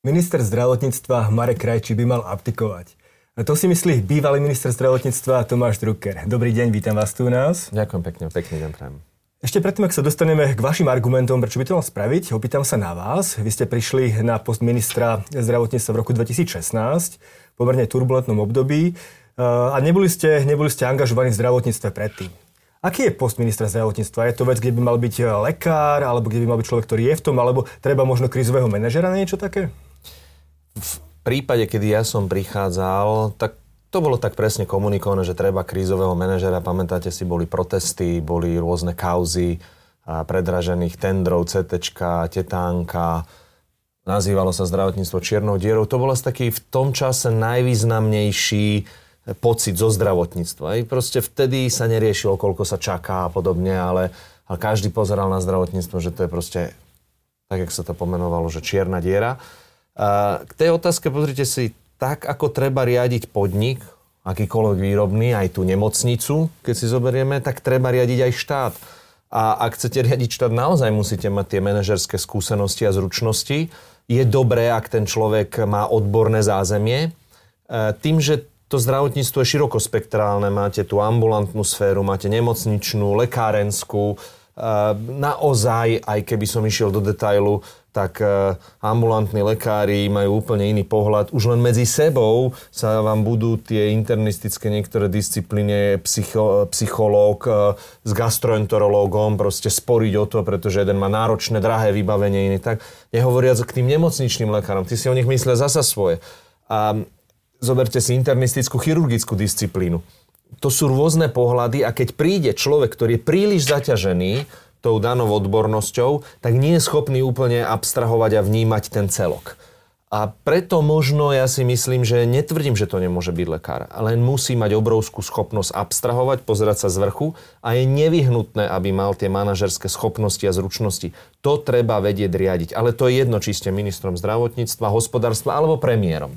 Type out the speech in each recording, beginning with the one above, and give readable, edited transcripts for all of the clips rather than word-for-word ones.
Minister zdravotníctva Marek Krajčí by mal abdikovať. A to si myslí bývalý minister zdravotníctva Tomáš Drucker. Dobrý deň, vítam vás tu u nás. Ďakujem pekne, pekný deň prajem. Ešte predtým, ak sa dostaneme k vašim argumentom, prečo by to mal spraviť, opýtam sa na vás. Vy ste prišli na post ministra zdravotníctva v roku 2016, pomerne turbulentnom období, a neboli ste angažovaní v zdravotníctve predtým. Aký je post ministra zdravotníctva? Je to vec, kde by mal byť lekár, alebo kde by mal byť človek, ktorý je v tom, alebo treba možno krízového manažera na niečo také? V prípade, kedy ja som prichádzal, tak to bolo tak presne komunikované, že treba krízového manažera. Pamätáte si, boli protesty, boli rôzne kauzy predražených tendrov, CTčka, tetánka. Nazývalo sa zdravotníctvo čiernou dierou. To bol asi taký v tom čase najvýznamnejší pocit zo zdravotníctva. Proste vtedy sa neriešilo, koľko sa čaká a podobne, ale každý pozeral na zdravotníctvo, že to je proste, tak jak sa to pomenovalo, že čierna diera. K tej otázke pozrite si, tak ako treba riadiť podnik, akýkoľvek výrobný, aj tú nemocnicu, keď si zoberieme, tak treba riadiť aj štát. A ak chcete riadiť štát, naozaj musíte mať tie manažerské skúsenosti a zručnosti. Je dobré, ak ten človek má odborné zázemie. Tým, že to zdravotníctvo je širokospektrálne, máte tú ambulantnú sféru, máte nemocničnú, lekárenskú. Naozaj, aj keby som išiel do detailu, tak ambulantní lekári majú úplne iný pohľad. Už len medzi sebou sa vám budú tie internistické niektoré disciplíny, psychológ s gastroenterológom proste sporiť o to, pretože jeden má náročné, drahé vybavenie, iný tak. Nehovoriac k tým nemocničným lekárom, tí si o nich myslia zasa svoje. A zoberte si internistickú chirurgickú disciplínu. To sú rôzne pohľady a keď príde človek, ktorý je príliš zaťažený tou danou odbornosťou, tak nie je schopný úplne abstrahovať a vnímať ten celok. A preto možno ja si myslím, že netvrdím, že to nemôže byť lekár, ale musí mať obrovskú schopnosť abstrahovať, pozerať sa z vrchu a je nevyhnutné, aby mal tie manažerské schopnosti a zručnosti. To treba vedieť riadiť. Ale to je jedno, či ste ministrom zdravotníctva, hospodárstva alebo premiérom.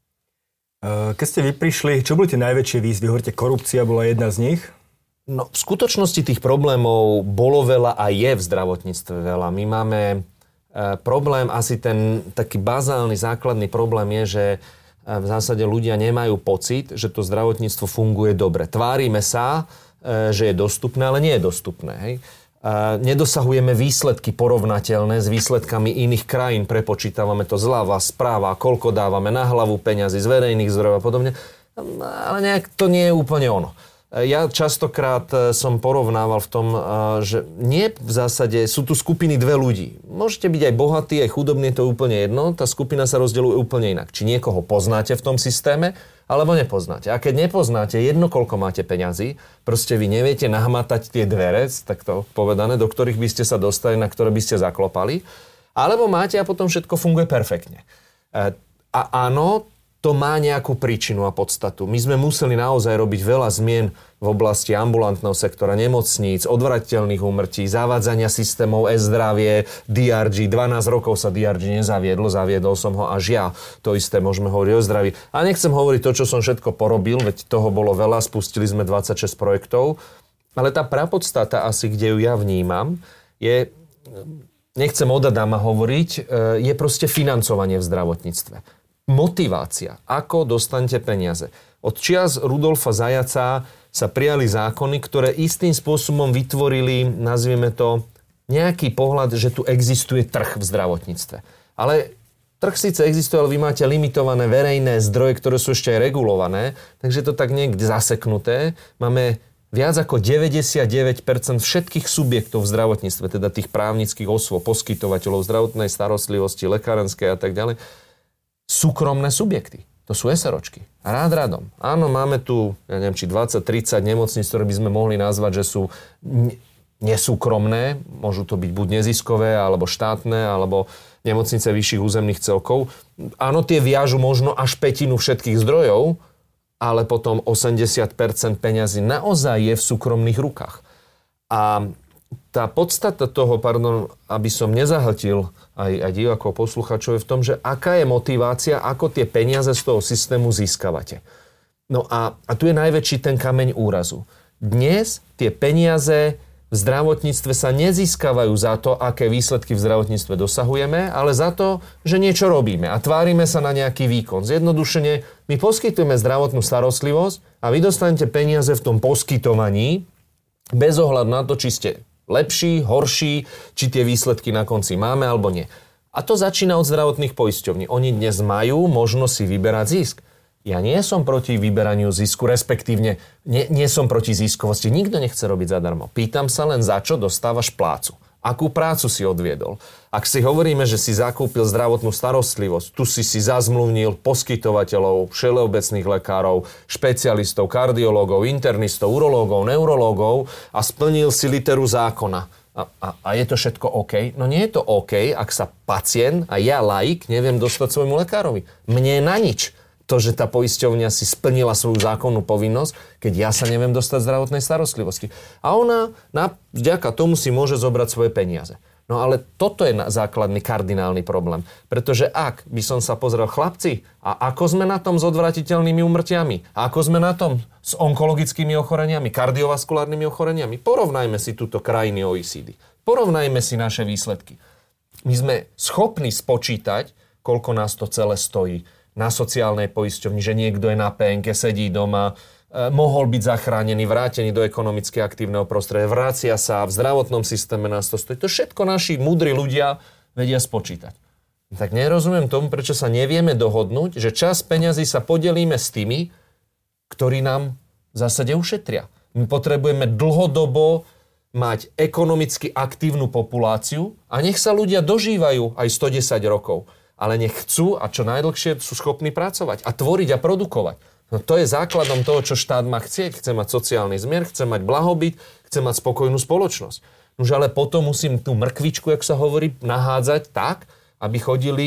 Keď ste vy prišli, čo boli tie najväčšie výzvy? Hovoríte, korupcia bola jedna z nich? No, v skutočnosti tých problémov bolo veľa a je v zdravotníctve veľa. My máme problém, asi ten taký bazálny, základný problém je, že v zásade ľudia nemajú pocit, že to zdravotníctvo funguje dobre. Tvárime sa, že je dostupné, ale nie je dostupné. Hej? Nedosahujeme výsledky porovnateľné s výsledkami iných krajín. Prepočítavame to zľava, správa, koľko dávame na hlavu peňazí z verejných zdrojov a podobne. Ale nejak to nie je úplne ono. Ja častokrát som porovnával v tom, že nie v zásade, sú tu skupiny dve ľudí. Môžete byť aj bohatí, aj chudobní, to je úplne jedno. Tá skupina sa rozdeľuje úplne inak. Či niekoho poznáte v tom systéme, alebo nepoznáte. A keď nepoznáte, jedno koľko máte peňazí, proste vy neviete nahmatať tie dvere, takto povedané, do ktorých by ste sa dostali, na ktoré by ste zaklopali. Alebo máte a potom všetko funguje perfektne. A áno, to má nejakú príčinu a podstatu. My sme museli naozaj robiť veľa zmien v oblasti ambulantného sektora, nemocníc, odvratiteľných úmrtí, zavádzania systémov e-zdravie, DRG. 12 rokov sa DRG nezaviedlo, zaviedol som ho až ja. To isté môžeme hovoriť o zdraví. A nechcem hovoriť to, čo som všetko porobil, veď toho bolo veľa, spustili sme 26 projektov. Ale tá prapodstata asi, kde ju ja vnímam, je, nechcem od Adama hovoriť, je proste financovanie v zdravotníctve. Motivácia. Ako dostanete peniaze? Od čias Rudolfa Zajaca sa prijali zákony, ktoré istým spôsobom vytvorili, nazvieme to, nejaký pohľad, že tu existuje trh v zdravotníctve. Ale trh síce existuje, ale vy máte limitované verejné zdroje, ktoré sú ešte aj regulované, takže to tak niekde zaseknuté. Máme viac ako 99% všetkých subjektov v zdravotníctve, teda tých právnických osôb, poskytovateľov zdravotnej starostlivosti, lekárenskej a tak ďalej, súkromné subjekty. To sú SROčky. A rád radom. Áno, máme tu, ja neviem, či 20-30 nemocníc, ktoré by sme mohli nazvať, že sú nesúkromné. Môžu to byť buď neziskové, alebo štátne, alebo nemocnice vyšších územných celkov. Áno, tie viažu možno až pätinu všetkých zdrojov, ale potom 80% peňazí naozaj je v súkromných rukách. A tá podstata toho, aby som nezahltil aj divákov, posluchačov, je v tom, že aká je motivácia, ako tie peniaze z toho systému získavate. No a tu je najväčší ten kameň úrazu. Dnes tie peniaze v zdravotníctve sa nezískavajú za to, aké výsledky v zdravotníctve dosahujeme, ale za to, že niečo robíme a tvárime sa na nejaký výkon. Zjednodušene, my poskytujeme zdravotnú starostlivosť a vy dostanete peniaze v tom poskytovaní bez ohľadu na to, či ste lepší, horší, či tie výsledky na konci máme alebo nie. A to začína od zdravotných poisťovní. Oni dnes majú možnosť si vyberať zisk. Ja nie som proti vyberaniu zisku, respektívne nie som proti ziskovosti. Nikto nechce robiť zadarmo. Pýtam sa len, za čo dostávaš plácu. Akú prácu si odviedol? Ak si hovoríme, že si zakúpil zdravotnú starostlivosť, tu si zazmluvnil poskytovateľov, všeobecných lekárov, špecialistov, kardiológov, internistov, urológov, neurológov a splnil si literu zákona. A je to všetko OK? No nie je to OK, ak sa pacient a ja laik neviem dostať svojmu lekárovi. Mne je na nič to, že tá poisťovňa si splnila svoju zákonnú povinnosť, keď ja sa neviem dostať zdravotnej starostlivosti. A ona vďaka tomu si môže zobrať svoje peniaze. No ale toto je základný kardinálny problém. Pretože ak by som sa pozrel, chlapci, a ako sme na tom s odvratiteľnými úmrtiami? A ako sme na tom s onkologickými ochoreniami, kardiovaskulárnymi ochoreniami? Porovnajme si túto krajiny OECD. Porovnajme si naše výsledky. My sme schopní spočítať, koľko nás to celé stojí na sociálnej poisťovni, že niekto je na PNK, sedí doma, mohol byť zachránený, vrátený do ekonomicky aktívneho prostredia, vracia sa, v zdravotnom systéme nás to stojí. To všetko naši múdri ľudia vedia spočítať. Tak nerozumiem tomu, prečo sa nevieme dohodnúť, že časť peňazí sa podelíme s tými, ktorí nám v zásade ušetria. My potrebujeme dlhodobo mať ekonomicky aktívnu populáciu a nech sa ľudia dožívajú aj 110 rokov. Ale nech chcú a čo najdlhšie sú schopní pracovať a tvoriť a produkovať. No to je základom toho, čo štát má chcieť. Chce mať sociálny zmier, chce mať blahobyt, chce mať spokojnú spoločnosť. Nože ale potom musím tú mrkvičku, jak sa hovorí, nahádzať tak, aby chodili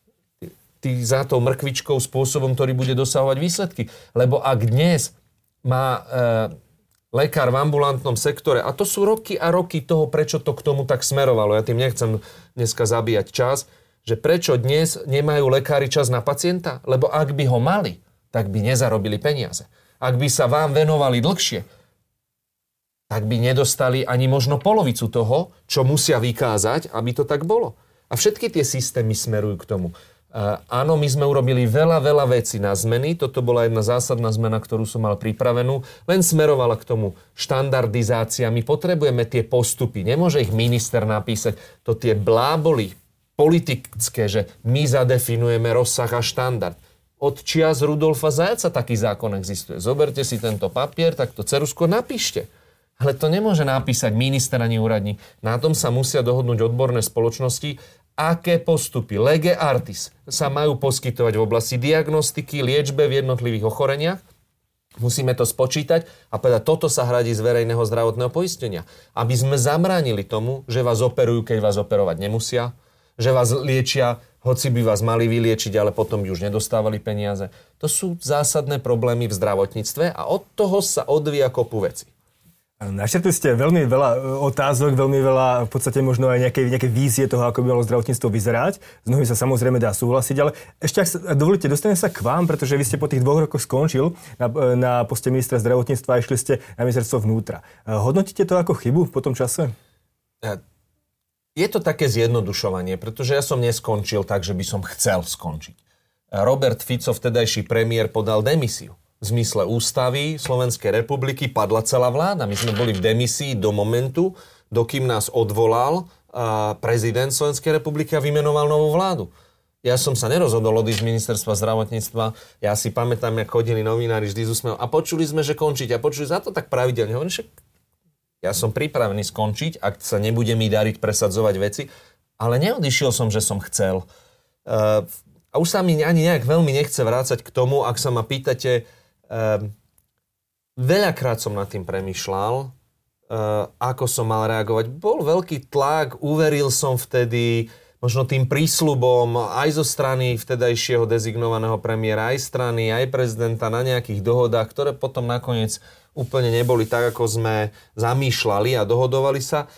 tí za tou mrkvičkou spôsobom, ktorý bude dosahovať výsledky. Lebo ak dnes má lekár v ambulantnom sektore, a to sú roky a roky toho, prečo to k tomu tak smerovalo, ja tým nechcem dneska zabíjať čas, že prečo dnes nemajú lekári čas na pacienta? Lebo ak by ho mali, tak by nezarobili peniaze. Ak by sa vám venovali dlhšie, tak by nedostali ani možno polovicu toho, čo musia vykázať, aby to tak bolo. A všetky tie systémy smerujú k tomu. Áno, my sme urobili veľa vecí na zmeny. Toto bola jedna zásadná zmena, ktorú som mal pripravenú. Len smerovala k tomu štandardizácia. My potrebujeme tie postupy. Nemôže ich minister napísať. To tie bláboli politické, že my zadefinujeme rozsah a štandard. Od čias Rudolfa Zajaca taký zákon existuje. Zoberte si tento papier, tak to cerusko napíšte. Ale to nemôže napísať minister ani úradník. Na tom sa musia dohodnúť odborné spoločnosti, aké postupy lege artis sa majú poskytovať v oblasti diagnostiky, liečbe v jednotlivých ochoreniach. Musíme to spočítať a povedať, toto sa hradí z verejného zdravotného poistenia. Aby sme zabránili tomu, že vás operujú, keď vás operovať nemusia, že vás liečia, hoci by vás mali vyliečiť, ale potom by už nedostávali peniaze. To sú zásadné problémy v zdravotníctve a od toho sa odvíja kopu veci. Načrtli ste veľmi veľa otázok, veľmi veľa, v podstate možno aj nejaké vízie toho, ako by malo zdravotníctvo vyzerať. S mnohými sa samozrejme dá súhlasiť, ale ešte ak dovolíte, dostanem sa k vám, pretože vy ste po tých 2 rokoch skončil na poste ministra zdravotníctva a išli ste na ministerstvo vnútra. Hodnotíte to ako chybu po tom čase? Je to také zjednodušovanie, pretože ja som neskončil tak, že by som chcel skončiť. Robert Fico, vtedajší premiér, podal demisiu. V zmysle ústavy Slovenskej republiky padla celá vláda. My sme boli v demisii do momentu, dokým nás odvolal prezident Slovenskej republiky a vymenoval novú vládu. Ja som sa nerozhodol odísť z ministerstva zdravotníctva. Ja si pamätám, ako chodili novinári vždy z úsmevom. A počuli sme, že končíte. A počuli za to tak pravidelne. Hovorím, že ja som pripravený skončiť, ak sa nebude mi dariť presadzovať veci. Ale neodišiel som, že som chcel. A už sa mi ani nejak veľmi nechce vrácať k tomu, ak sa ma pýtate. Veľakrát som nad tým premýšľal, ako som mal reagovať. Bol veľký tlak, uveril som vtedy možno tým prísľubom aj zo strany vtedajšieho dezignovaného premiéra, aj strany, aj prezidenta na nejakých dohodách, ktoré potom nakoniec úplne neboli tak, ako sme zamýšľali a dohodovali sa.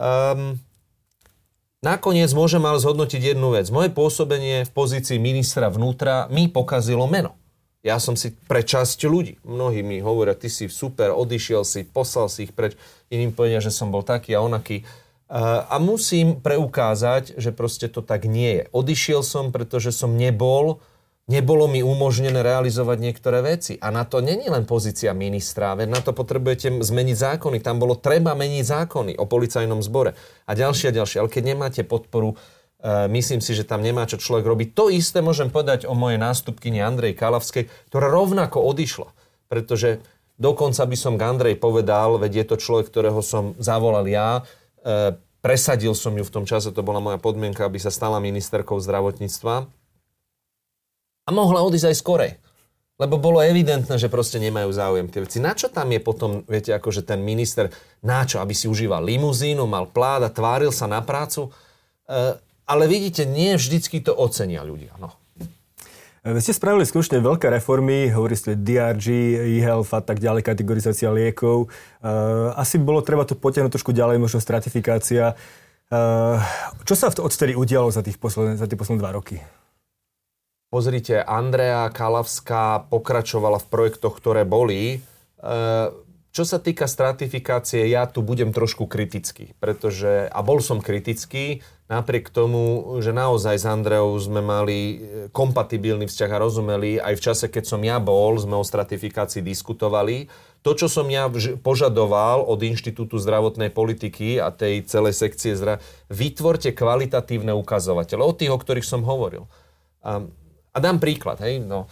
Nakoniec môžem ale zhodnotiť jednu vec. Moje pôsobenie v pozícii ministra vnútra mi pokazilo meno. Ja som si pre časť ľudí. Mnohí mi hovoria, ty si super, odišiel si, poslal si ich preč. Iným povedia, že som bol taký a onaký. A musím preukázať, že proste to tak nie je. Odišiel som, pretože som nebolo mi umožnené realizovať niektoré veci. A na to není len pozícia ministra, veď na to potrebujete zmeniť zákony. Tam bolo treba meniť zákony o policajnom zbore. A ďalšie. Ale keď nemáte podporu, myslím si, že tam nemá čo človek robiť. To isté môžem povedať o mojej nástupkyni Andrej Kalavskej, ktorá rovnako odišla. Pretože dokonca by som k Andrej povedal, veď je to človek, ktorého som zavolal ja, presadil som ju v tom čase, to bola moja podmienka, aby sa stala ministerkou zdravotníctva. A mohla odísť aj skorej. Lebo bolo evidentné, že proste nemajú záujem tie veci. Na čo tam je potom, viete, akože ten minister, na čo? Aby si užíval limuzínu, mal plát a tváril sa na prácu? Ale vidíte, nie vždycky to ocenia ľudia. No. Vy ste spravili skutočne veľké reformy, hovorili ste DRG, e-health a tak ďalej, kategorizácia liekov. Asi bolo treba to potiahnuť trošku ďalej, možno stratifikácia. Čo sa odtedy udialo za tie posledné 2 roky? Pozrite, Andrea Kalavská pokračovala v projektoch, ktoré boli. Čo sa týka stratifikácie, ja tu budem trošku kritický, pretože, a bol som kritický, napriek tomu, že naozaj s Andreou sme mali kompatibilný vzťah a rozumeli, aj v čase, keď som ja bol, sme o stratifikácii diskutovali. To, čo som ja požadoval od Inštitútu zdravotnej politiky a tej celej sekcie vytvorte kvalitatívne ukazovatele, od tých, o ktorých som hovoril. A dám príklad, hej, no.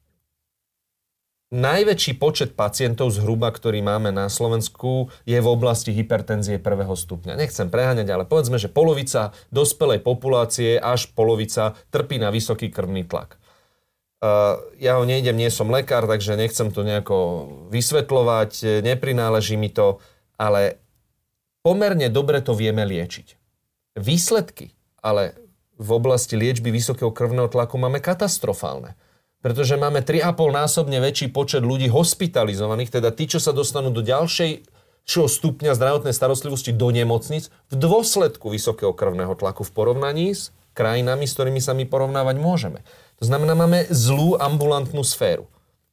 Najväčší počet pacientov zhruba, ktorý máme na Slovensku, je v oblasti hypertenzie 1. stupňa. Nechcem preháňať, ale povedzme, že polovica dospelej populácie, až polovica, trpí na vysoký krvný tlak. Ja ho nejdem, nie som lekár, takže nechcem to nejako vysvetľovať, neprináleží mi to, ale pomerne dobre to vieme liečiť. Výsledky, ale v oblasti liečby vysokého krvného tlaku máme katastrofálne. Pretože máme 3,5-násobne väčší počet ľudí hospitalizovaných, teda tí, čo sa dostanú do ďalšieho stupňa zdravotnej starostlivosti do nemocnic v dôsledku vysokého krvného tlaku v porovnaní s krajinami, s ktorými sa my porovnávať môžeme. To znamená, máme zlú ambulantnú sféru.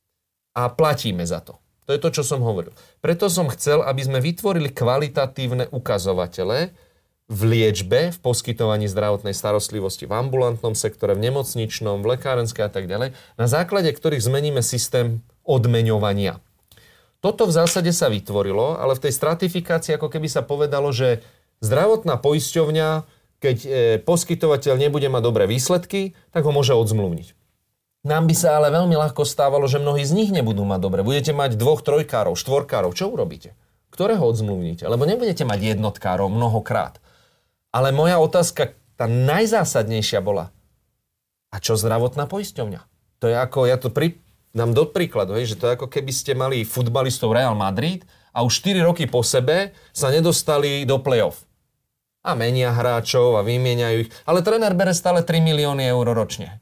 A platíme za to. To je to, čo som hovoril. Preto som chcel, aby sme vytvorili kvalitatívne ukazovatele v liečbe, v poskytovaní zdravotnej starostlivosti v ambulantnom sektore, v nemocničnom, v lekárenskej a tak ďalej, na základe ktorých zmeníme systém odmeňovania. Toto v zásade sa vytvorilo, ale v tej stratifikácii ako keby sa povedalo, že zdravotná poisťovňa, keď poskytovateľ nebude mať dobré výsledky, tak ho môže odzmluvniť. Nám by sa ale veľmi ľahko stávalo, že mnohí z nich nebudú mať dobre. Budete mať 2 trojkárov, 4károv. Čo urobíte? Ktorého odzmluvníte? Lebo nebudete mať jednotkárov mnohokrát. Ale moja otázka, tá najzásadnejšia bola, a čo zdravotná poisťovňa? To je ako, ja to dám do príkladu, že to je ako keby ste mali futbalistov Real Madrid a už 4 roky po sebe sa nedostali do play-off. A menia hráčov a vymieňajú ich. Ale tréner bere stále 3 milióny eur ročne.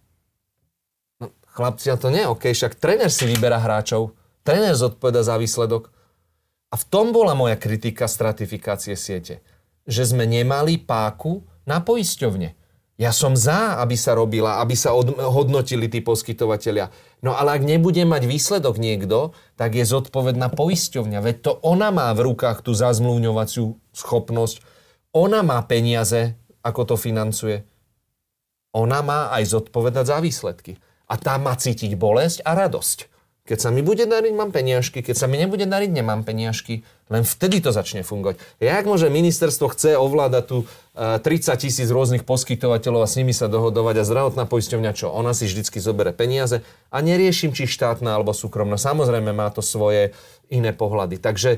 No, chlapci, to nie je OK, však tréner si vyberá hráčov. Tréner zodpovedá za výsledok. A v tom bola moja kritika stratifikácie siete. Že sme nemali páku na poisťovne. Ja som za, aby sa robila, aby sa hodnotili tí poskytovatelia. No ale ak nebude mať výsledok niekto, tak je zodpovedná poisťovňa. Veď to ona má v rukách tú zazmluvňovaciu schopnosť. Ona má peniaze, ako to financuje. Ona má aj zodpovedať za výsledky. A tá má cítiť bolesť a radosť. Keď sa mi bude dariť, mám peniažky. Keď sa mi nebude dariť, nemám peniažky. Len vtedy to začne fungovať. Jak môže ministerstvo chce ovládať tu 30 000 rôznych poskytovateľov a s nimi sa dohodovať a zdravotná poisťovňa čo? Ona si vždycky zobere peniaze a neriešim, či štátna alebo súkromná. Samozrejme má to svoje iné pohľady. Takže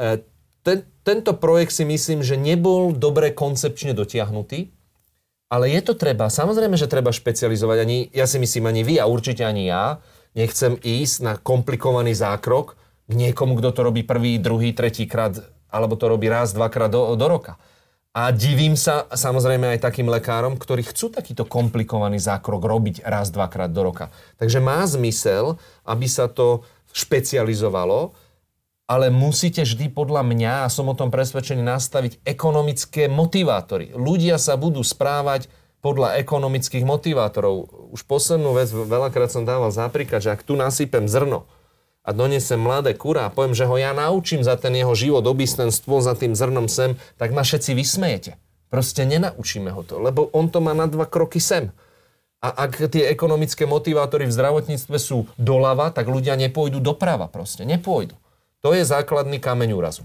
tento projekt si myslím, že nebol dobre koncepčne dotiahnutý, ale je to treba. Samozrejme, že treba špecializovať. Ja si myslím, ani vy a určite ani ja nechcem ísť na komplikovaný zákrok k niekomu, kto to robí prvý, druhý, tretí krát, alebo to robí raz, dvakrát do roka. A divím sa samozrejme aj takým lekárom, ktorí chcú takýto komplikovaný zákrok robiť raz, dvakrát do roka. Takže má zmysel, aby sa to špecializovalo, ale musíte vždy podľa mňa, a som o tom presvedčený, nastaviť ekonomické motivátory. Ľudia sa budú správať podľa ekonomických motivátorov. Už poslednú vec, veľakrát som dával za príklad, že ak tu nasypem zrno a donesem mladé kurá a poviem, že ho ja naučím za ten jeho život obísť ten stôl za tým zrnom sem, tak ma všetci vysmejete. Proste nenaučíme ho to, lebo on to má na 2 kroky sem. A ak tie ekonomické motivátory v zdravotníctve sú doľava, tak ľudia nepôjdu doprava proste, nepôjdu. To je základný kameň úrazu.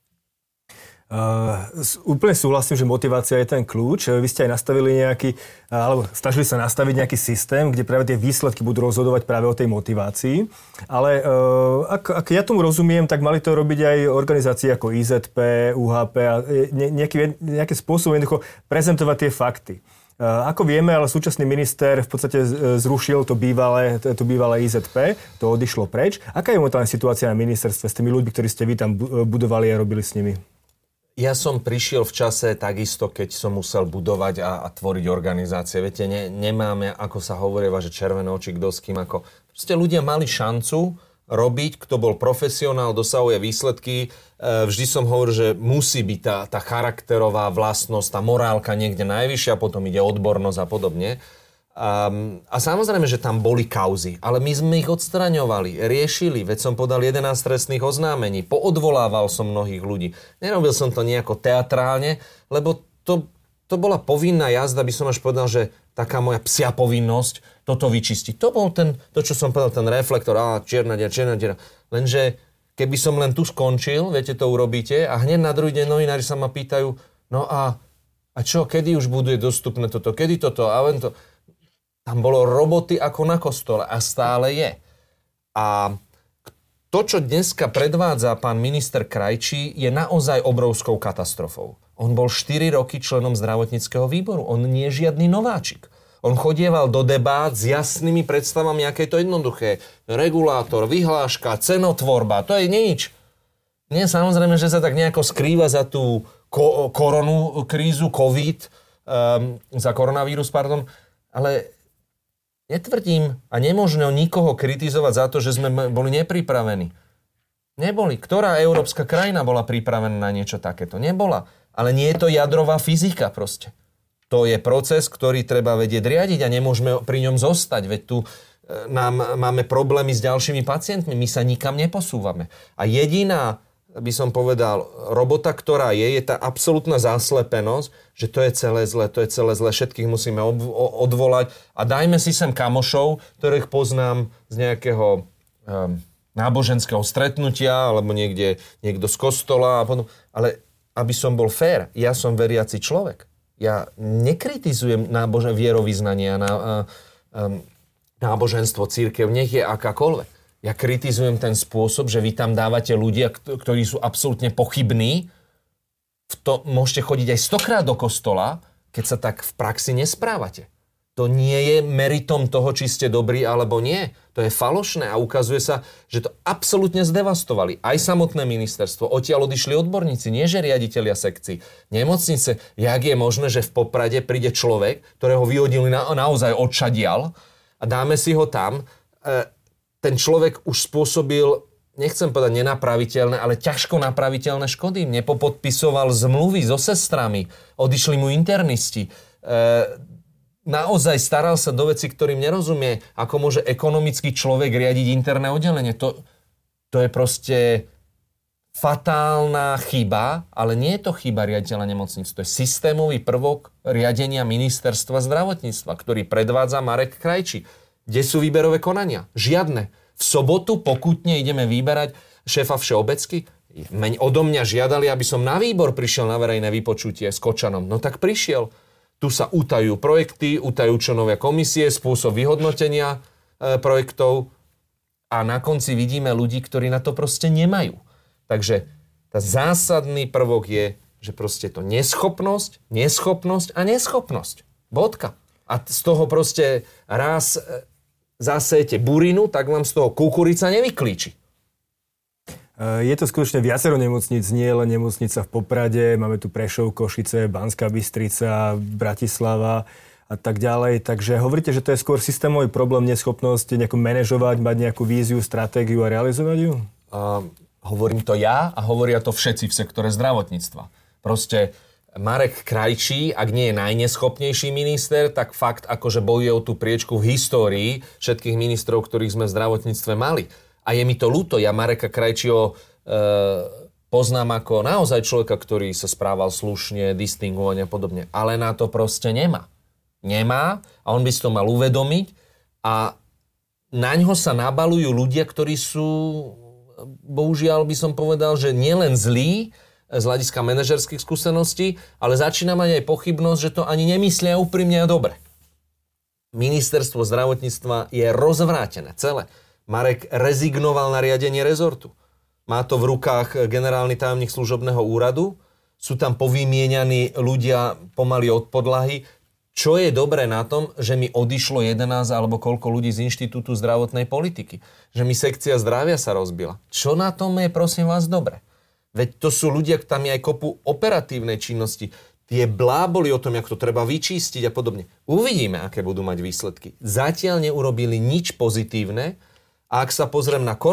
Úplne súhlasím, že motivácia je ten kľúč. Vy ste aj nastavili alebo snažili sa nastaviť nejaký systém, kde práve tie výsledky budú rozhodovať práve o tej motivácii. Ale ak ja tomu rozumiem, tak mali to robiť aj organizácie ako IZP, UHP a nejakým spôsobom jednoducho prezentovať tie fakty. Ako vieme, ale súčasný minister v podstate zrušil to bývalé IZP, to odišlo preč. Aká je momentálna situácia na ministerstve s tými ľuďmi, ktorí ste vy tam budovali a robili s nimi? Ja som prišiel v čase takisto, keď som musel budovať a tvoriť organizácie. Viete, nemáme, ako sa hovorí, že červené oči kto s kým. Proste ľudia mali šancu robiť, kto bol profesionál, dosahuje výsledky. Vždy som hovoril, že musí byť tá charakterová vlastnosť, tá morálka niekde najvyššia, potom ide odbornosť a podobne. A samozrejme, že tam boli kauzy, ale my sme ich odstraňovali, riešili, veď som podal 11 trestných oznámení, poodvolával som mnohých ľudí. Nerobil som to nejako teatrálne, lebo to bola povinná jazda, by som až povedal, že taká moja psia povinnosť toto vyčistiť. To bol to, čo som povedal, ten reflektor, čierna diera. Lenže keby som len tu skončil, viete, to urobíte a hneď na druhý deň novinári sa ma pýtajú, no a čo, kedy už bude dostupné toto, kedy toto a len to. Tam bolo roboty ako na kostole a stále je. A to, čo dneska predvádza pán minister Krajčí, je naozaj obrovskou katastrofou. On bol 4 roky členom zdravotníckeho výboru. On nie je žiadny nováčik. On chodieval do debát s jasnými predstavami, aké je to jednoduché. Regulátor, vyhláška, cenotvorba, to je nič. Nie, samozrejme, že sa tak nejako skrýva za tú koronu krízu, za koronavírus, ale netvrdím a nemožno nikoho kritizovať za to, že sme boli nepripravení. Neboli. Ktorá európska krajina bola pripravená na niečo takéto? Nebola. Ale nie je to jadrová fyzika proste. To je proces, ktorý treba vedieť riadiť a nemôžeme pri ňom zostať. Veď tu máme problémy s ďalšími pacientmi. My sa nikam neposúvame. A jediná, by som povedal, robota, ktorá je tá absolútna zaslepenosť, že to je celé zle, všetkých musíme odvolať a dajme si sem kamošov, ktorých poznám z nejakého náboženského stretnutia alebo niekto z kostola a potom. Ale aby som bol fér, ja som veriaci človek. Ja nekritizujem vierovyznanie a náboženstvo, cirkev, nech je akákoľvek. Ja kritizujem ten spôsob, že vy tam dávate ľudia, ktorí sú absolútne pochybní. Môžete chodiť aj 100-krát do kostola, keď sa tak v praxi nesprávate. To nie je meritom toho, či ste dobrí alebo nie. To je falošné a ukazuje sa, že to absolútne zdevastovali. Aj samotné ministerstvo. Odtiaľ odišli odborníci, nie že riaditelia sekcií. Nemocnice, jak je možné, že v Poprade príde človek, ktorého vyhodili naozaj odšadial a dáme si ho tam. Ten človek už spôsobil, nechcem povedať nenapraviteľné, ale ťažko napraviteľné škody. Nepopodpisoval zmluvy so sestrami, odišli mu internisti. Naozaj staral sa do veci, ktorým nerozumie, ako môže ekonomický človek riadiť interné oddelenie. To je proste fatálna chyba, ale nie je to chyba riaditeľa nemocnic. To je systémový prvok riadenia ministerstva zdravotníctva, ktorý predvádza Marek Krajčí. Kde sú výberové konania? Žiadne. V sobotu pokutne ideme vyberať šéfa všeobecky. Odo mňa žiadali, aby som na výbor prišiel na verejné vypočutie s Kočanom. No tak prišiel. Tu sa utajú projekty, utajú členovia komisie, spôsob vyhodnotenia projektov a na konci vidíme ľudí, ktorí na to proste nemajú. Takže tá zásadný prvok je, že proste to neschopnosť a neschopnosť. Bodka. A z toho proste raz zasejete burinu, tak vám z toho kukurica nevyklíči. Je to skutočne viacero nemocníc, nie len nemocnica v Poprade, máme tu Prešov, Košice, Banská Bystrica, Bratislava a tak ďalej. Takže hovoríte, že to je skôr systémový problém, neschopnosť nejako manažovať, mať nejakú víziu, stratégiu a realizovať ju? Hovorím to ja a hovoria to všetci v sektore zdravotníctva. Proste Marek Krajčí, ak nie je najneschopnejší minister, tak fakt akože bojuje o tú priečku v histórii všetkých ministrov, ktorých sme v zdravotníctve mali. A je mi to ľúto, ja Mareka Krajčího poznám ako naozaj človeka, ktorý sa správal slušne, distingovane a podobne. Ale na to proste nemá. Nemá a on by si to mal uvedomiť a naňho sa nabalujú ľudia, ktorí sú, bohužiaľ by som povedal, že nielen zlí, z hľadiska manažerských skúseností, ale začína mať aj pochybnosť, že to ani nemyslia úprimne a dobre. Ministerstvo zdravotníctva je rozvrátené celé. Marek rezignoval na riadenie rezortu. Má to v rukách generálny tajomník služobného úradu. Sú tam povymienianí ľudia pomaly od podlahy. Čo je dobré na tom, že mi odišlo 11 alebo koľko ľudí z Inštitútu zdravotnej politiky? Že mi sekcia zdravia sa rozbila. Čo na tom je, prosím vás, dobre? Veď to sú ľudia, tam je aj kopu operatívnej činnosti. Tie bláboli o tom, jak to treba vyčistiť a podobne. Uvidíme, aké budú mať výsledky. Zatiaľ neurobili nič pozitívne. A ak sa pozriem na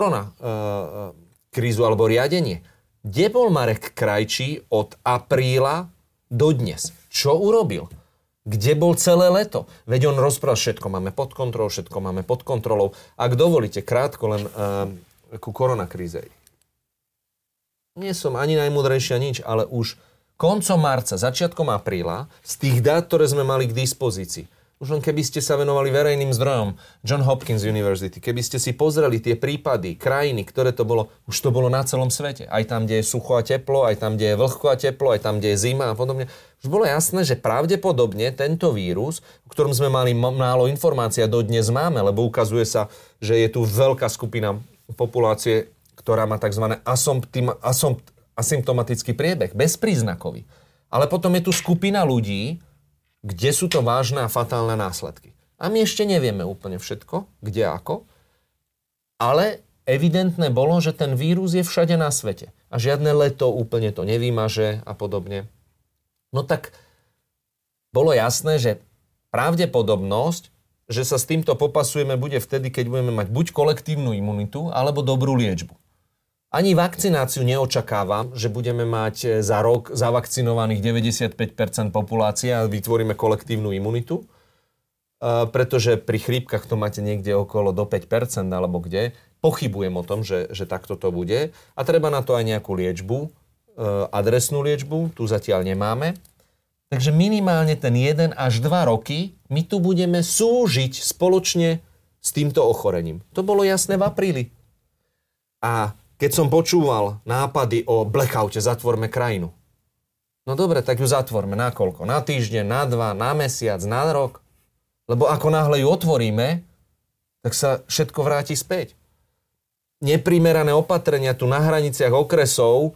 krízu alebo riadenie, kde bol Marek Krajčí od apríla do dnes? Čo urobil? Kde bol celé leto? Veď on rozprával, všetko máme pod kontrolou. Ak dovolíte, krátko len ku koronakríze. Nie som ani najmudrejší nič, ale už koncom marca, začiatkom apríla, z tých dát, ktoré sme mali k dispozícii, už len keby ste sa venovali verejným zdrojom John Hopkins University, keby ste si pozreli tie prípady, krajiny, ktoré to bolo, už to bolo na celom svete. Aj tam, kde je sucho a teplo, aj tam, kde je vlhko a teplo, aj tam, kde je zima a podobne. Už bolo jasné, že pravdepodobne tento vírus, o ktorom sme mali málo informácií a dodnes máme, lebo ukazuje sa, že je tu veľká skupina populácie, ktorá má tzv. Asymptomatický priebeh, bezpríznakový. Ale potom je tu skupina ľudí, kde sú to vážne a fatálne následky. A my ešte nevieme úplne všetko, kde ako, ale evidentné bolo, že ten vírus je všade na svete. A žiadne leto úplne to nevymaže a podobne. No tak bolo jasné, že pravdepodobnosť, že sa s týmto popasujeme, bude vtedy, keď budeme mať buď kolektívnu imunitu, alebo dobrú liečbu. Ani vakcináciu neočakávam, že budeme mať za rok zavakcinovaných 95% populácie a vytvoríme kolektívnu imunitu, pretože pri chrípkach to máte niekde okolo do 5% alebo kde. Pochybujem o tom, že takto to bude. A treba na to aj nejakú liečbu, adresnú liečbu, tu zatiaľ nemáme. Takže minimálne ten 1 až 2 roky my tu budeme súžiť spoločne s týmto ochorením. To bolo jasné v apríli. A keď som počúval nápady o blackoute, zatvorme krajinu. No dobre, tak ju zatvorme. Na koľko? Na týždeň, na 2, na mesiac, na rok? Lebo ako náhle ju otvoríme, tak sa všetko vráti späť. Neprimerané opatrenia tu na hraniciach okresov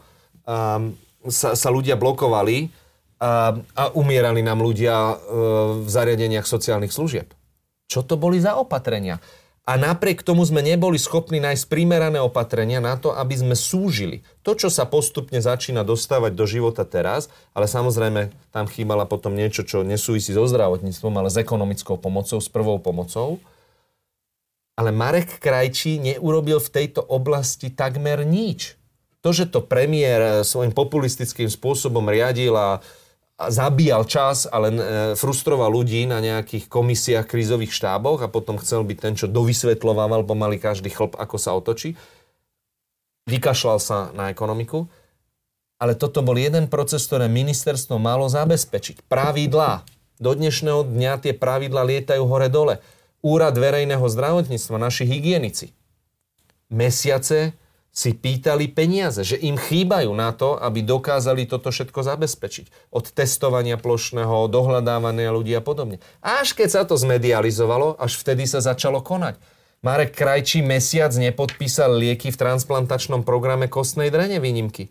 sa ľudia blokovali a umierali nám ľudia v zariadeniach sociálnych služieb. Čo to boli za opatrenia? A napriek tomu sme neboli schopní nájsť primerané opatrenia na to, aby sme súžili to, čo sa postupne začína dostávať do života teraz, ale samozrejme tam chýbala potom niečo, čo nesúvisí so zdravotníctvom, ale s ekonomickou pomocou, s prvou pomocou. Ale Marek Krajčí neurobil v tejto oblasti takmer nič. To, že to premiér svojím populistickým spôsobom riadil a zabíjal čas, ale frustroval ľudí na nejakých komisiách, krízových štáboch a potom chcel byť ten, čo dovysvetľoval pomaly každý chlp, ako sa otočí. Vykašľal sa na ekonomiku. Ale toto bol jeden proces, ktoré ministerstvo malo zabezpečiť. Pravidlá. Do dnešného dňa tie pravidlá lietajú hore-dole. Úrad verejného zdravotníctva, naši hygienici, mesiace si pýtali peniaze, že im chýbajú na to, aby dokázali toto všetko zabezpečiť. Od testovania plošného, dohľadávania ľudí a podobne. Až keď sa to zmedializovalo, až vtedy sa začalo konať. Marek Krajčí mesiac nepodpísal lieky v transplantačnom programe kostnej drene výnimky.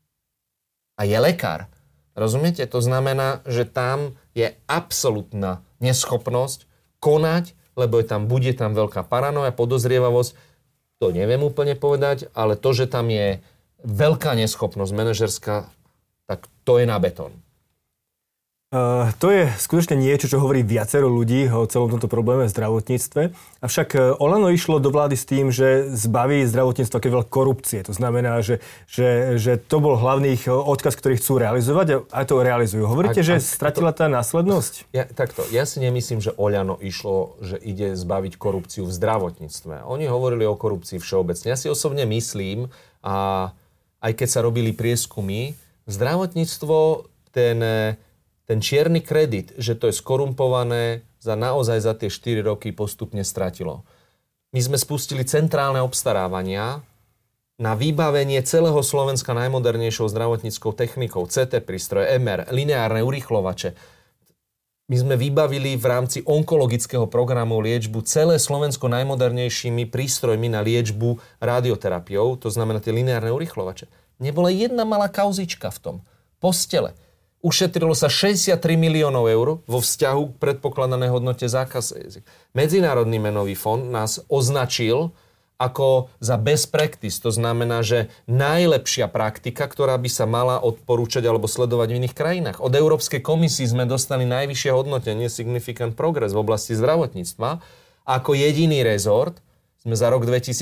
A je lekár. Rozumiete? To znamená, že tam je absolútna neschopnosť konať, lebo bude tam veľká paranoja, podozrievavosť. To neviem úplne povedať, ale to, že tam je veľká neschopnosť manažerská, tak to je na betón. To je skutočne niečo, čo hovorí viacero ľudí o celom tomto probléme v zdravotníctve. Avšak Olano išlo do vlády s tým, že zbaví zdravotníctva veľa korupcie. To znamená, že to bol hlavný odkaz, ktorý chcú realizovať a to realizujú. Hovoríte, že stratila tá následnosť? Ja si nemyslím, že Olano išlo, že ide zbaviť korupciu v zdravotníctve. Oni hovorili o korupcii všeobecne. Ja si osobne myslím, a aj keď sa robili prieskumy, zdravotníctvo ten čierny kredit, že to je skorumpované, naozaj za tie 4 roky postupne stratilo. My sme spustili centrálne obstarávania na vybavenie celého Slovenska najmodernejšou zdravotníckou technikou, CT prístroje, MR, lineárne urýchlovače. My sme vybavili v rámci onkologického programu liečbu celé Slovensko najmodernejšími prístrojmi na liečbu radioterapiou, to znamená tie lineárne urýchlovače. Nebola jedna malá kauzička v tom. Postele. Ušetrilo sa 63 miliónov eur vo vzťahu k predpokladanej hodnote zákazu. Medzinárodný menový fond nás označil ako za best practice. To znamená, že najlepšia praktika, ktorá by sa mala odporúčať alebo sledovať v iných krajinách. Od Európskej komisie sme dostali najvyššie hodnotenie significant progress v oblasti zdravotníctva. Ako jediný rezort sme za rok 2017,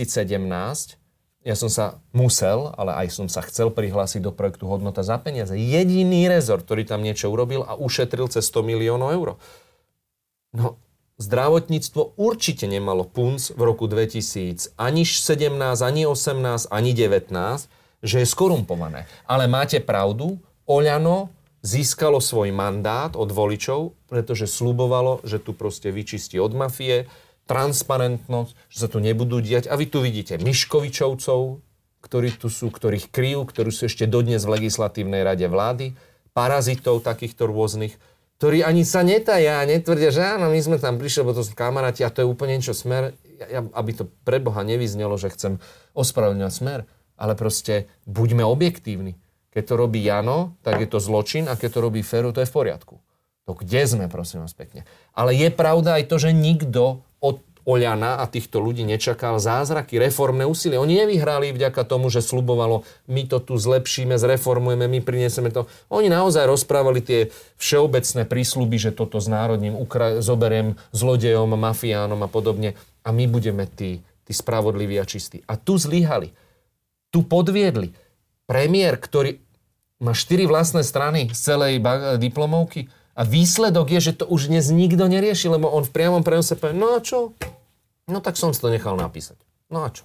ja som sa musel, ale aj som sa chcel prihlásiť do projektu Hodnota za peniaze. Jediný rezort, ktorý tam niečo urobil a ušetril cez 100 miliónov eur. No, zdravotníctvo určite nemalo punc v roku 2000, ani 17, ani 18, ani 19, že je skorumpované. Ale máte pravdu, Oľano získalo svoj mandát od voličov, pretože sľubovalo, že tu proste vyčistí od mafie, transparentnosť, že sa tu nebudú diať. A vy tu vidíte Miškovičovcov, ktorí tu sú, ktorých kryjú, ktorí sú ešte dodnes v legislatívnej rade vlády, parazitov takýchto rôznych, ktorí ani sa netajá a netvrdia, že áno, my sme tam prišli, lebo to sú kamaráti a to je úplne niečo Smer. Aby to pre Boha nevyznelo, že chcem ospravedlňovať Smer, ale proste buďme objektívni. Keď to robí Jano, tak je to zločin a keď to robí Feru, to je v poriadku. To kde sme, prosím vás pekne. Ale je pravda aj to, že nikto od Oľana a týchto ľudí nečakal zázraky, reformné úsilie. Oni nevyhrali vďaka tomu, že sľubovalo, my to tu zlepšíme, zreformujeme, my prinieseme to. Oni naozaj rozprávali tie všeobecné prísľuby, že toto znárodním, zoberiem zlodejom, mafiánom a podobne a my budeme tí spravodliví a čistí. A tu zlyhali. Tu podviedli. Premiér, ktorý má 4 vlastné strany z celej diplomovky, a výsledok je, že to už dnes nikto nerieši, lebo on v priamom prenose povie, no a čo? No tak som si to nechal napísať. No a čo?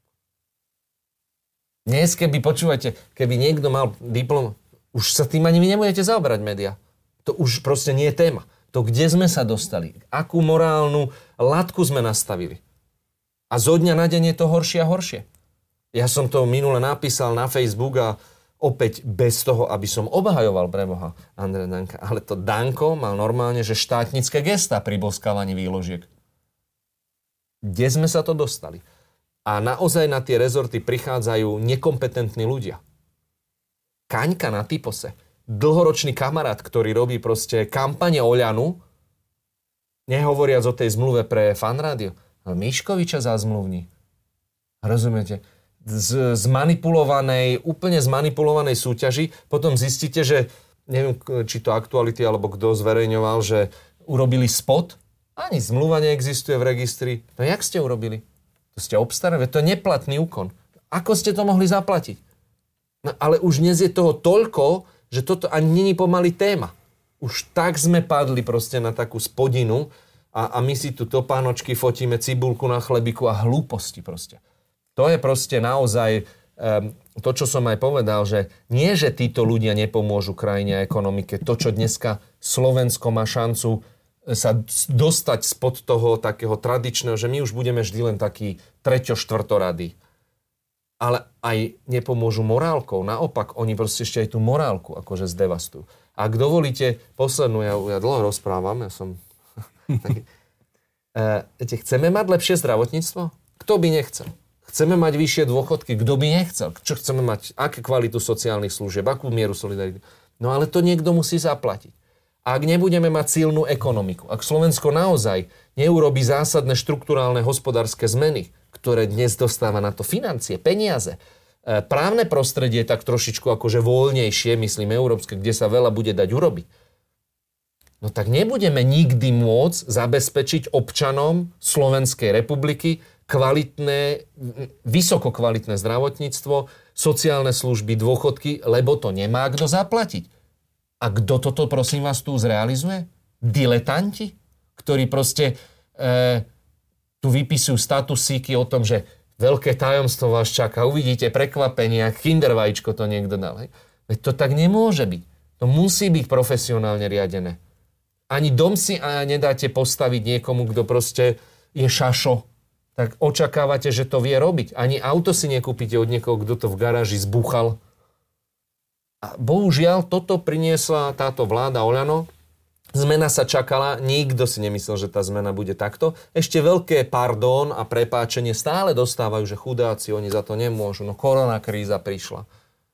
Dnes, keby niekto mal diplom, už sa tým ani vy nebudete zaoberať médiá. To už proste nie je téma. To, kde sme sa dostali, akú morálnu latku sme nastavili. A zo dňa na deň je to horšie a horšie. Ja som to minule napísal na Facebook a opäť bez toho, aby som obhajoval pre Boha Andreja Danka. Ale to Danko mal normálne, že štátnické gestá pri boskávaní výložiek. Kde sme sa to dostali? A naozaj na tie rezorty prichádzajú nekompetentní ľudia. Kaňka na Typose, dlhoročný kamarát, ktorý robí proste kampane Oľanu, nehovoriac o tej zmluve pre Fanrádio, ale Miškoviča zazmluvní. Rozumiete? Úplne zmanipulovanej súťaži, potom zistíte, že neviem, či to Aktuality alebo kto zverejňoval, že urobili spot, ani zmluva neexistuje v registri. No jak ste urobili? To ste obstarali, to je neplatný úkon. Ako ste to mohli zaplatiť? No ale už dnes je toho toľko, že toto ani není pomaly téma. Už tak sme padli proste na takú spodinu a my si tu topánočky fotíme, cibulku na chlebiku a hlúposti proste. To je proste naozaj to, čo som aj povedal, že nie, že títo ľudia nepomôžu krajine a ekonomike. To, čo dneska Slovensko má šancu sa dostať spod toho takého tradičného, že my už budeme vždy len taký treťo-štvrtorady. Ale aj nepomôžu morálkou. Naopak, oni proste ešte aj tú morálku akože zdevastujú. Ak dovolíte, poslednú, ja dlho rozprávam, ja som... chceme mať lepšie zdravotníctvo? Kto by nechcel? Chceme mať vyššie dôchodky? Kto by nechcel? Čo chceme mať? Akú kvalitu sociálnych služieb? Akú mieru solidarity? No ale to niekto musí zaplatiť. Ak nebudeme mať silnú ekonomiku, ak Slovensko naozaj neurobí zásadné štrukturálne hospodárske zmeny, ktoré dnes dostáva na to financie, peniaze, právne prostredie tak trošičku akože voľnejšie, myslím európske, kde sa veľa bude dať urobiť, no tak nebudeme nikdy môcť zabezpečiť občanom Slovenskej republiky kvalitné, vysokokvalitné zdravotníctvo, sociálne služby, dôchodky, lebo to nemá kto zaplatiť. A kto toto, prosím vás, tu zrealizuje? Diletanti, ktorí proste tu vypisujú statusíky o tom, že veľké tajomstvo vás čaká, uvidíte prekvapenie, ak kindervajíčko to niekto dal. Veď to tak nemôže byť. To musí byť profesionálne riadené. Ani dom si nedáte postaviť niekomu, kto proste je šašo. Tak očakávate, že to vie robiť. Ani auto si nekúpite od niekoho, kto to v garáži zbúchal. A bohužiaľ, toto priniesla táto vláda Oľano. Zmena sa čakala, nikto si nemyslel, že tá zmena bude takto. Ešte veľké pardon a prepáčenie stále dostávajú, že chudáci, oni za to nemôžu. No koronakríza prišla.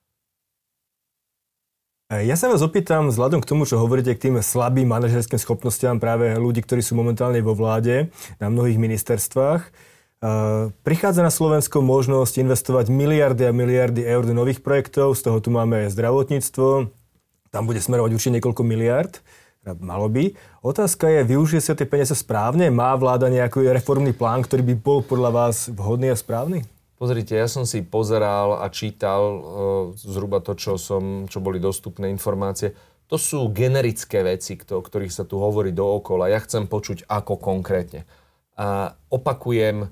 Ja sa vás opýtam, vzhľadom k tomu, čo hovoríte k tým slabým manažerským schopnostiam práve ľudí, ktorí sú momentálne vo vláde na mnohých ministerstvách. Prichádza na Slovensko možnosť investovať miliardy a miliardy eur do nových projektov, z toho tu máme zdravotníctvo, tam bude smerovať určite niekoľko miliard, malo by. Otázka je, využije sa tie peniaze správne? Má vláda nejaký reformný plán, ktorý by bol podľa vás vhodný a správny? Pozrite, ja som si pozeral a čítal zhruba to, čo boli dostupné informácie. To sú generické veci, o ktorých sa tu hovorí dookola. Ja chcem počuť, ako konkrétne. A opakujem,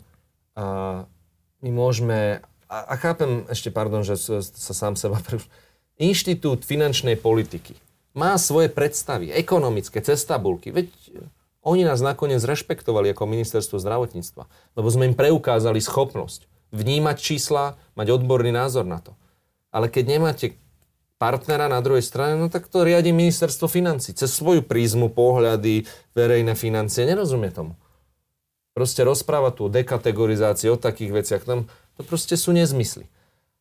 my môžeme... A chápem ešte, že sa sám seba... Inštitút finančnej politiky má svoje predstavy, ekonomické, cez tabuľky. Veď oni nás nakoniec rešpektovali ako ministerstvo zdravotníctva, lebo sme im preukázali schopnosť vnímať čísla, mať odborný názor na to. Ale keď nemáte partnera na druhej strane, no tak to riadi ministerstvo financií. Cez svoju prízmu, pohľady, verejné financie. Nerozumie tomu. Proste rozpráva tu o dekategorizácii, o takých veciach. Tam to proste sú nezmysly.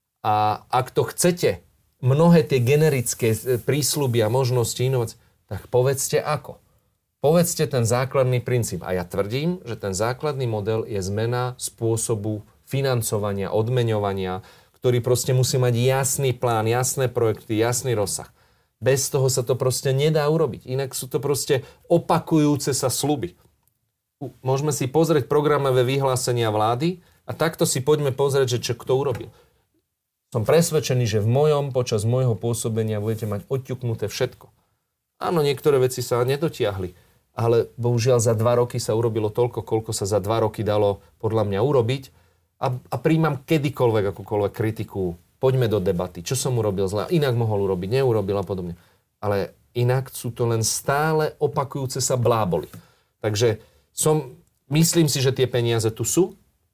A ak to chcete, mnohé tie generické prísľuby a možnosti inovácií, tak povedzte ako. Povedzte ten základný princíp. A ja tvrdím, že ten základný model je zmena spôsobu financovania, odmeňovania, ktorý proste musí mať jasný plán, jasné projekty, jasný rozsah. Bez toho sa to proste nedá urobiť. Inak sú to proste opakujúce sa sľuby. Môžeme si pozrieť programové vyhlásenia vlády a takto si poďme pozrieť, že čo kto urobil. Som presvedčený, že počas môjho pôsobenia budete mať odťuknuté všetko. Áno, niektoré veci sa nedotiahli, ale bohužiaľ za 2 roky sa urobilo toľko, koľko sa za 2 roky dalo podľa mňa urobiť. A príjmam kedykoľvek, akúkoľvek kritiku. Poďme do debaty. Čo som urobil zle? Inak mohol urobiť, neurobil a podobne. Ale inak sú to len stále opakujúce sa bláboli. Takže myslím si, že tie peniaze tu sú.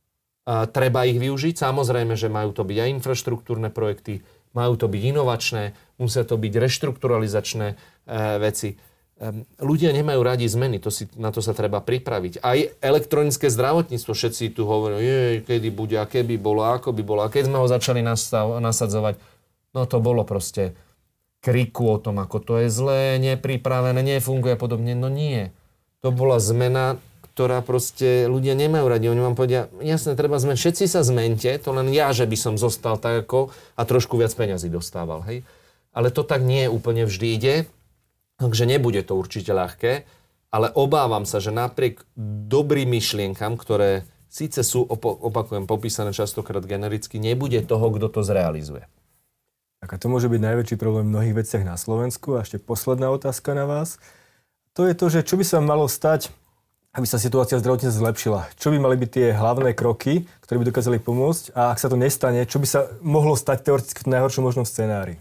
Treba ich využiť. Samozrejme, že majú to byť aj infraštruktúrne projekty, majú to byť inovačné, musia to byť reštrukturalizačné veci. Ľudia nemajú radi zmeny, na to sa treba pripraviť. Aj elektronické zdravotníctvo, všetci tu hovoria, kedy bude, aké by bolo, ako by bolo. A keď sme ho začali nasadzovať, no to bolo proste kriku o tom, ako to je zlé, nepripravené, nefunguje a podobne. No nie. To bola zmena, ktorá proste ľudia nemajú radi. Oni vám povedia, jasne, treba zmeniť. Všetci sa zmente, to len ja, že by som zostal tak ako a trošku viac peňazí dostával. Hej? Ale to tak nie úplne vždy ide. Takže nebude to určite ľahké, ale obávam sa, že napriek dobrým myšlienkam, ktoré síce sú, opakujem, popísané častokrát genericky, nebude toho, kto to zrealizuje. Tak a to môže byť najväčší problém v mnohých veciach na Slovensku. A ešte posledná otázka na vás. To je to, že čo by sa malo stať, aby sa situácia zdravotníctva zlepšila? Čo by mali byť tie hlavné kroky, ktoré by dokázali pomôcť? A ak sa to nestane, čo by sa mohlo stať teoreticky v najhoršom možnom scenári?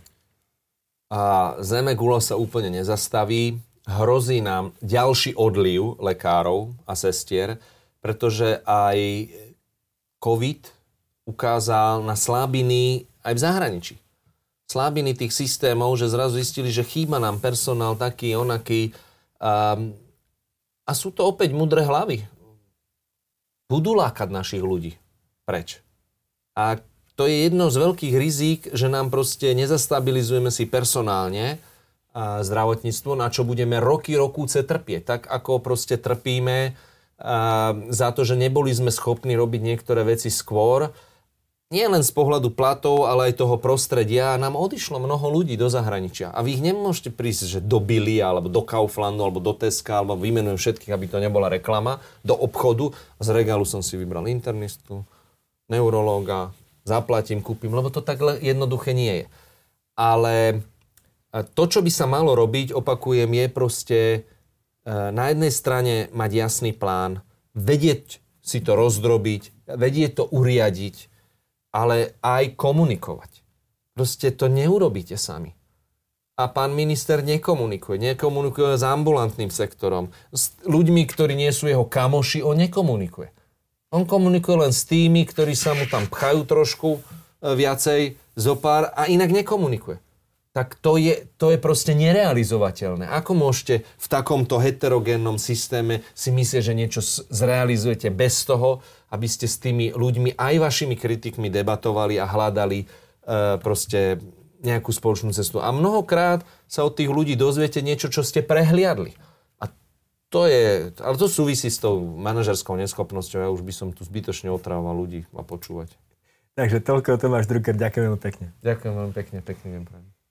A zemegula sa úplne nezastaví. Hrozí nám ďalší odliv lekárov a sestier, pretože aj COVID ukázal na slabiny aj v zahraničí. Slabiny tých systémov, že zrazu zistili, že chýba nám personál taký, onaký. A sú to opäť múdre hlavy. Budú lákať našich ľudí preč. A to je jedno z veľkých rizík, že nám proste nezastabilizujeme si personálne zdravotníctvo, na čo budeme roky trpieť. Tak ako proste trpíme za to, že neboli sme schopní robiť niektoré veci skôr. nie len z pohľadu platov, ale aj toho prostredia nám odišlo mnoho ľudí do zahraničia. A vy ich nemôžete prísť, že do Billy, alebo do Kauflandu, alebo do Teska, alebo vymenujem všetkých, aby to nebola reklama, do obchodu. Z regálu som si vybral internistu, neurológa, zaplatím, kúpim, lebo to tak jednoduché nie je. Ale to, čo by sa malo robiť, opakujem, je proste na jednej strane mať jasný plán, vedieť si to rozdrobiť, vedieť to uriadiť, ale aj komunikovať. Proste to neurobíte sami. A pán minister nekomunikuje s ambulantným sektorom, s ľuďmi, ktorí nie sú jeho kamoši, on nekomunikuje. On komunikuje len s tými, ktorí sa mu tam pchajú trošku viacej zopár a inak nekomunikuje. Tak to je proste nerealizovateľné. Ako môžete v takomto heterogénnom systéme si myslieť, že niečo zrealizujete bez toho, aby ste s tými ľuďmi, aj vašimi kritikmi debatovali a hľadali proste nejakú spoločnú cestu. A mnohokrát sa od tých ľudí dozviete niečo, čo ste prehliadli. Ale to súvisí s tou manažerskou neschopnosťou. Ja už by som tu zbytočne otravoval ľudí a počúvať. Takže toľko Tomáš Drucker. Ďakujem veľmi pekne. Ďakujem veľmi pekne. Pekný deň prajem.